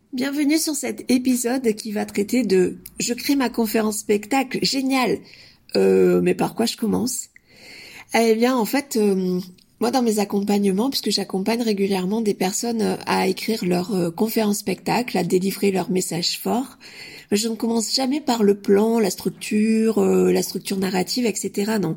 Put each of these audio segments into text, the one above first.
Bienvenue sur cet épisode qui va traiter de je crée ma conférence spectacle, génial. Mais par quoi je commence? Eh bien, en fait, moi dans mes accompagnements, puisque j'accompagne régulièrement des personnes à écrire leur conférence spectacle, à délivrer leur message fort, je ne commence jamais par le plan, la structure narrative, etc. Non.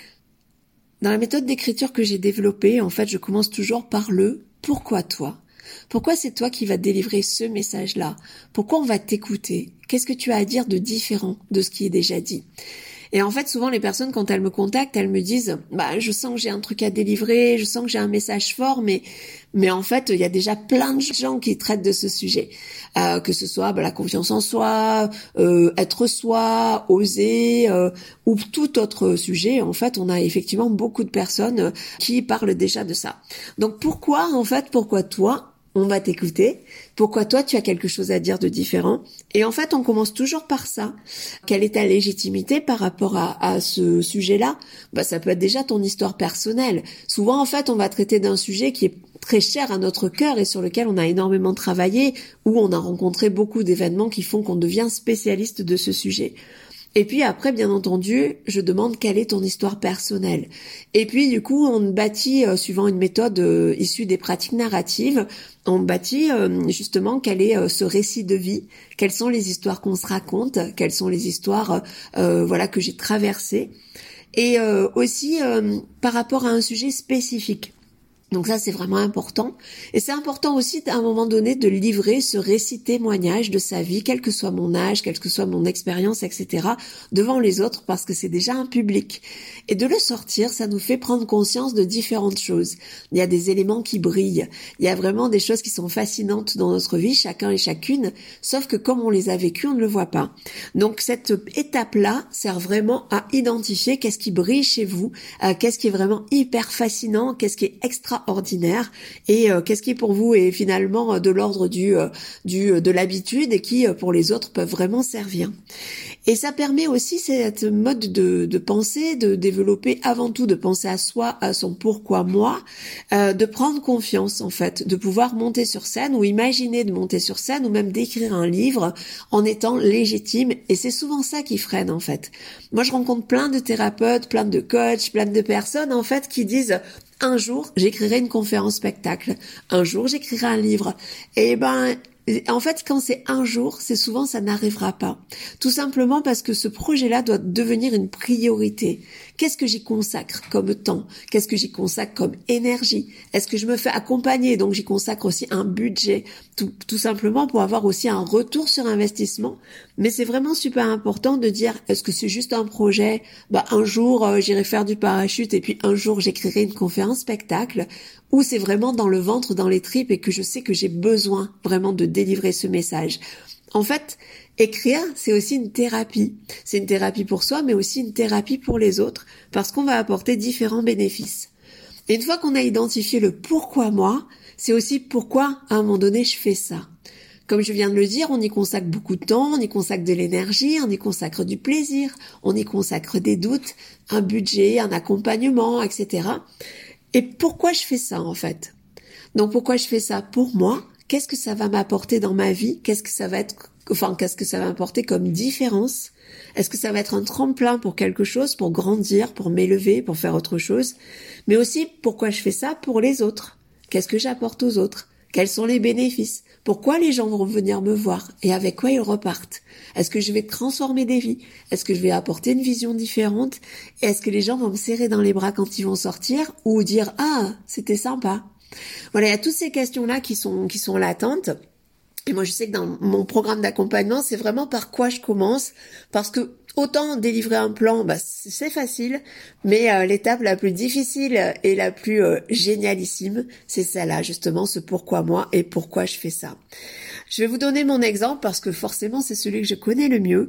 Dans la méthode d'écriture que j'ai développée, en fait, je commence toujours par le pourquoi toi? Pourquoi c'est toi qui vas délivrer ce message-là? Pourquoi on va t'écouter? Qu'est-ce que tu as à dire de différent de ce qui est déjà dit? Et en fait, souvent, les personnes, quand elles me contactent, elles me disent, je sens que j'ai un truc à délivrer, je sens que j'ai un message fort, mais en fait, il y a déjà plein de gens qui traitent de ce sujet. Que ce soit la confiance en soi, être soi, oser, ou tout autre sujet. En fait, on a effectivement beaucoup de personnes qui parlent déjà de ça. Donc, pourquoi toi? On va t'écouter. Pourquoi toi, tu as quelque chose à dire de différent? Et en fait, on commence toujours par ça. Quelle est ta légitimité par rapport à ce sujet-là? Ça peut être déjà ton histoire personnelle. Souvent, en fait, on va traiter d'un sujet qui est très cher à notre cœur et sur lequel on a énormément travaillé, où on a rencontré beaucoup d'événements qui font qu'on devient spécialiste de ce sujet. Et puis après, bien entendu, je demande quelle est ton histoire personnelle. Et puis du coup, on bâtit, suivant une méthode issue des pratiques narratives, on bâtit justement quel est ce récit de vie, quelles sont les histoires qu'on se raconte, quelles sont les histoires que j'ai traversées, et aussi par rapport à un sujet spécifique. Donc ça, c'est vraiment important. Et c'est important aussi, à un moment donné, de livrer ce récit témoignage de sa vie, quel que soit mon âge, quelle que soit mon expérience, etc., devant les autres, parce que c'est déjà un public. Et de le sortir, ça nous fait prendre conscience de différentes choses. Il y a des éléments qui brillent. Il y a vraiment des choses qui sont fascinantes dans notre vie, chacun et chacune, sauf que comme on les a vécues, on ne le voit pas. Donc cette étape-là sert vraiment à identifier qu'est-ce qui brille chez vous, qu'est-ce qui est vraiment hyper fascinant, qu'est-ce qui est extraordinaire, et qu'est-ce qui pour vous est finalement de l'ordre de l'habitude et qui pour les autres peuvent vraiment servir. Et ça permet aussi cette mode de pensée, de développer avant tout, de penser à soi, à son pourquoi moi, de prendre confiance en fait, de pouvoir monter sur scène ou imaginer de monter sur scène ou même d'écrire un livre en étant légitime. Et c'est souvent ça qui freine en fait. Moi je rencontre plein de thérapeutes, plein de coachs, plein de personnes en fait qui disent un jour j'écrirai une conférence spectacle, un jour j'écrirai un livre. Et en fait, quand c'est un jour, c'est souvent ça n'arrivera pas. Tout simplement parce que ce projet-là doit devenir une priorité. Qu'est-ce que j'y consacre comme temps? Qu'est-ce que j'y consacre comme énergie? Est-ce que je me fais accompagner? Donc j'y consacre aussi un budget, tout simplement pour avoir aussi un retour sur investissement. Mais c'est vraiment super important de dire, est-ce que c'est juste un projet? Un jour, j'irai faire du parachute et puis un jour, j'écrirai une conférence spectacle. Ou c'est vraiment dans le ventre, dans les tripes et que je sais que j'ai besoin vraiment de délivrer ce message. En fait, écrire, c'est aussi une thérapie. C'est une thérapie pour soi, mais aussi une thérapie pour les autres, parce qu'on va apporter différents bénéfices. Et une fois qu'on a identifié le pourquoi moi, c'est aussi pourquoi à un moment donné je fais ça. Comme je viens de le dire, on y consacre beaucoup de temps, on y consacre de l'énergie, on y consacre du plaisir, on y consacre des doutes, un budget, un accompagnement, etc. Et pourquoi je fais ça en fait? Donc pourquoi je fais ça pour moi? Qu'est-ce que ça va m'apporter dans ma vie? Qu'est-ce que ça va m'apporter comme différence? Est-ce que ça va être un tremplin pour quelque chose, pour grandir, pour m'élever, pour faire autre chose? Mais aussi, pourquoi je fais ça pour les autres? Qu'est-ce que j'apporte aux autres? Quels sont les bénéfices? Pourquoi les gens vont venir me voir? Et avec quoi ils repartent? Est-ce que je vais transformer des vies? Est-ce que je vais apporter une vision différente? Et est-ce que les gens vont me serrer dans les bras quand ils vont sortir? Ou dire, ah, c'était sympa? Voilà, il y a toutes ces questions-là qui sont latentes. Et moi, je sais que dans mon programme d'accompagnement, c'est vraiment par quoi je commence. Parce que autant délivrer un plan, c'est facile, mais l'étape la plus difficile et la plus génialissime, c'est celle-là, justement, ce pourquoi moi et pourquoi je fais ça. Je vais vous donner mon exemple parce que forcément, c'est celui que je connais le mieux.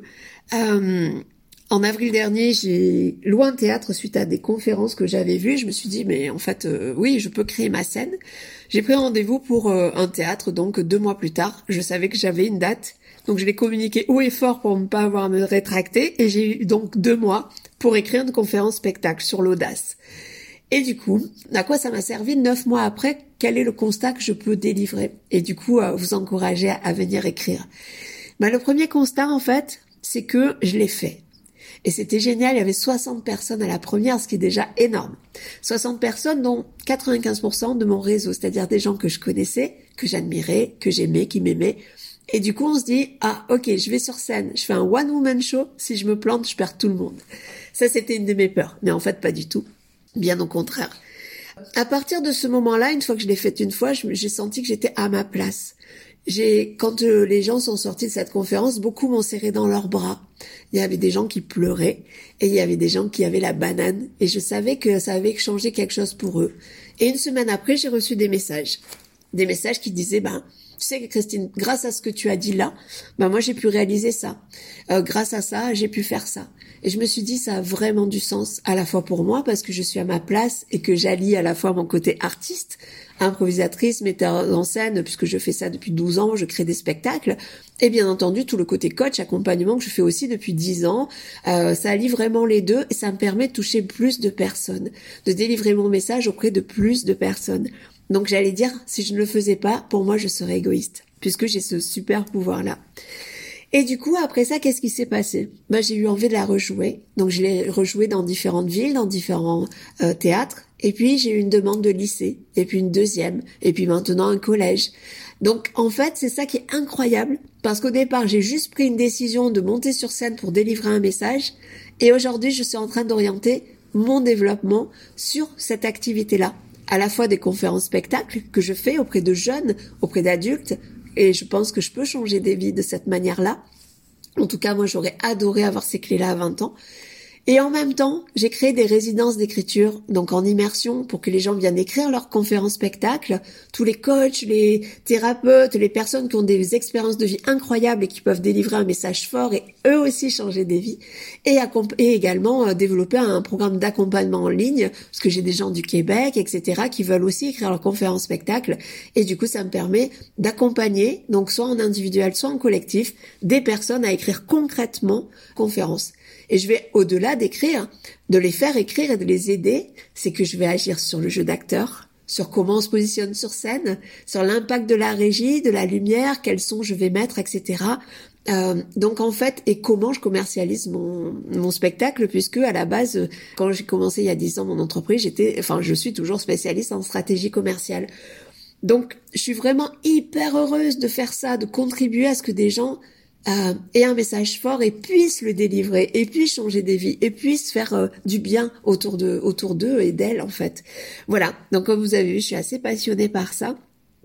En avril dernier, j'ai loué un théâtre suite à des conférences que j'avais vues. Je me suis dit, mais en fait, oui, je peux créer ma scène. J'ai pris rendez-vous pour un théâtre, donc 2 mois plus tard. Je savais que j'avais une date, donc je l'ai communiqué haut et fort pour ne pas avoir à me rétracter. Et j'ai eu donc 2 mois pour écrire une conférence spectacle sur l'audace. Et du coup, à quoi ça m'a servi 9 mois après? Quel est le constat que je peux délivrer? Et du coup, vous encourager à venir écrire. Le premier constat, en fait, c'est que je l'ai fait. Et c'était génial, il y avait 60 personnes à la première, ce qui est déjà énorme. 60 personnes, dont 95% de mon réseau, c'est-à-dire des gens que je connaissais, que j'admirais, que j'aimais, qui m'aimaient. Et du coup, on se dit, ah, ok, je vais sur scène, je fais un one-woman show, si je me plante, je perds tout le monde. Ça, c'était une de mes peurs, mais en fait, pas du tout. Bien au contraire. À partir de ce moment-là, une fois que je l'ai fait une fois, j'ai senti que j'étais à ma place. Quand les gens sont sortis de cette conférence, beaucoup m'ont serré dans leurs bras. Il y avait des gens qui pleuraient et il y avait des gens qui avaient la banane et je savais que ça avait changé quelque chose pour eux. Et une semaine après, j'ai reçu des messages qui disaient, tu sais Christine, grâce à ce que tu as dit là, moi j'ai pu réaliser ça. Grâce à ça, j'ai pu faire ça. Et je me suis dit, ça a vraiment du sens, à la fois pour moi, parce que je suis à ma place et que j'allie à la fois mon côté artiste, improvisatrice, metteur en scène, puisque je fais ça depuis 12 ans, je crée des spectacles, et bien entendu tout le côté coach, accompagnement que je fais aussi depuis 10 ans. Ça allie vraiment les deux et ça me permet de toucher plus de personnes, de délivrer mon message auprès de plus de personnes. Donc j'allais dire, si je ne le faisais pas, pour moi je serais égoïste, puisque j'ai ce super pouvoir-là. Et du coup, après ça, qu'est-ce qui s'est passé? J'ai eu envie de la rejouer. Donc je l'ai rejouée dans différentes villes, dans différents théâtres. Et puis j'ai eu une demande de lycée, et puis une deuxième, et puis maintenant un collège. Donc en fait, c'est ça qui est incroyable, parce qu'au départ, j'ai juste pris une décision de monter sur scène pour délivrer un message. Et aujourd'hui, je suis en train d'orienter mon développement sur cette activité-là. À la fois des conférences spectacles que je fais auprès de jeunes, auprès d'adultes, et je pense que je peux changer des vies de cette manière-là. En tout cas, moi, j'aurais adoré avoir ces clés-là à 20 ans. Et en même temps, j'ai créé des résidences d'écriture, donc en immersion, pour que les gens viennent écrire leurs conférences spectacles. Tous les coachs, les thérapeutes, les personnes qui ont des expériences de vie incroyables et qui peuvent délivrer un message fort et eux aussi changer des vies. Et également développer un programme d'accompagnement en ligne, parce que j'ai des gens du Québec, etc., qui veulent aussi écrire leurs conférences spectacles. Et du coup, ça me permet d'accompagner, donc soit en individuel, soit en collectif, des personnes à écrire concrètement conférences. Et je vais au-delà d'écrire, de les faire écrire et de les aider, c'est que je vais agir sur le jeu d'acteur, sur comment on se positionne sur scène, sur l'impact de la régie, de la lumière, quels sons je vais mettre, etc. Donc en fait, et comment je commercialise mon spectacle, puisque à la base, quand j'ai commencé il y a 10 ans mon entreprise, je suis toujours spécialiste en stratégie commerciale. Donc je suis vraiment hyper heureuse de faire ça, de contribuer à ce que des gens aient un message fort et puissent le délivrer et puissent changer des vies et puissent faire du bien autour d'eux et d'elles en fait. Voilà, donc comme vous avez vu, je suis assez passionnée par ça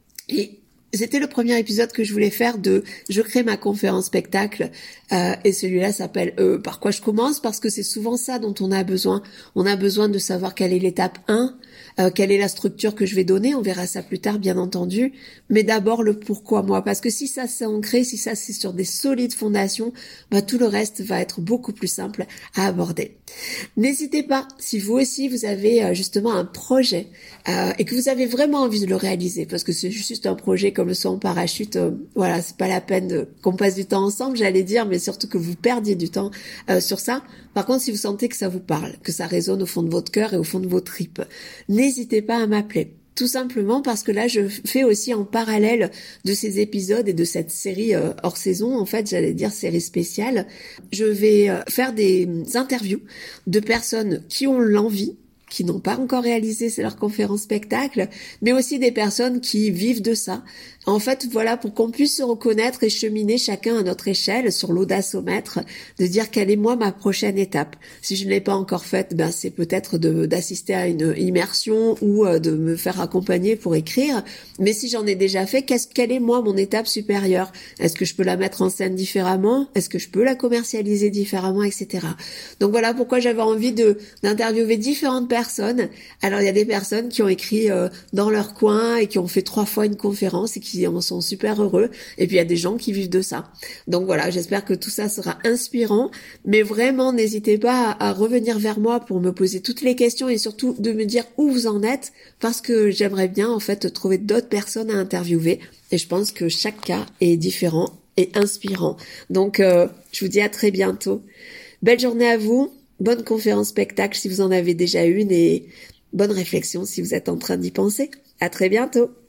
et c'était le premier épisode que je voulais faire de je crée ma conférence spectacle et celui-là s'appelle par quoi je commence, parce que c'est souvent ça dont on a besoin. On a besoin de savoir quelle est l'étape 1, quelle est la structure que je vais donner, on verra ça plus tard bien entendu, mais d'abord le pourquoi moi, parce que si ça c'est ancré, si ça c'est sur des solides fondations, tout le reste va être beaucoup plus simple à aborder. N'hésitez pas, si vous aussi vous avez justement un projet et que vous avez vraiment envie de le réaliser, parce que c'est juste un projet comme le saut en parachute, voilà, c'est pas la peine qu'on passe du temps ensemble, j'allais dire, mais surtout que vous perdiez du temps sur ça. Par contre, si vous sentez que ça vous parle, que ça résonne au fond de votre cœur et au fond de vos tripes, n'hésitez pas à m'appeler. Tout simplement parce que là, je fais aussi en parallèle de ces épisodes et de cette série hors saison, en fait, j'allais dire série spéciale, je vais faire des interviews de personnes qui ont l'envie, qui n'ont pas encore réalisé leur conférence spectacle, mais aussi des personnes qui vivent de ça. En fait, voilà, pour qu'on puisse se reconnaître et cheminer chacun à notre échelle sur l'audacomètre, de dire quelle est moi ma prochaine étape. Si je ne l'ai pas encore faite, c'est peut-être d'assister à une immersion ou de me faire accompagner pour écrire. Mais si j'en ai déjà fait, quelle est moi mon étape supérieure? Est-ce que je peux la mettre en scène différemment? Est-ce que je peux la commercialiser différemment, etc. Donc voilà pourquoi j'avais envie d'interviewer différentes personnes. Alors il y a des personnes qui ont écrit dans leur coin et qui ont fait 3 fois une conférence et qui en sont super heureux, et puis il y a des gens qui vivent de ça. Donc voilà, j'espère que tout ça sera inspirant, mais vraiment n'hésitez pas à revenir vers moi pour me poser toutes les questions et surtout de me dire où vous en êtes, parce que j'aimerais bien en fait trouver d'autres personnes à interviewer, et je pense que chaque cas est différent et inspirant. Donc je vous dis à très bientôt. Belle journée à vous, bonne conférence spectacle si vous en avez déjà une, et bonne réflexion si vous êtes en train d'y penser. À très bientôt.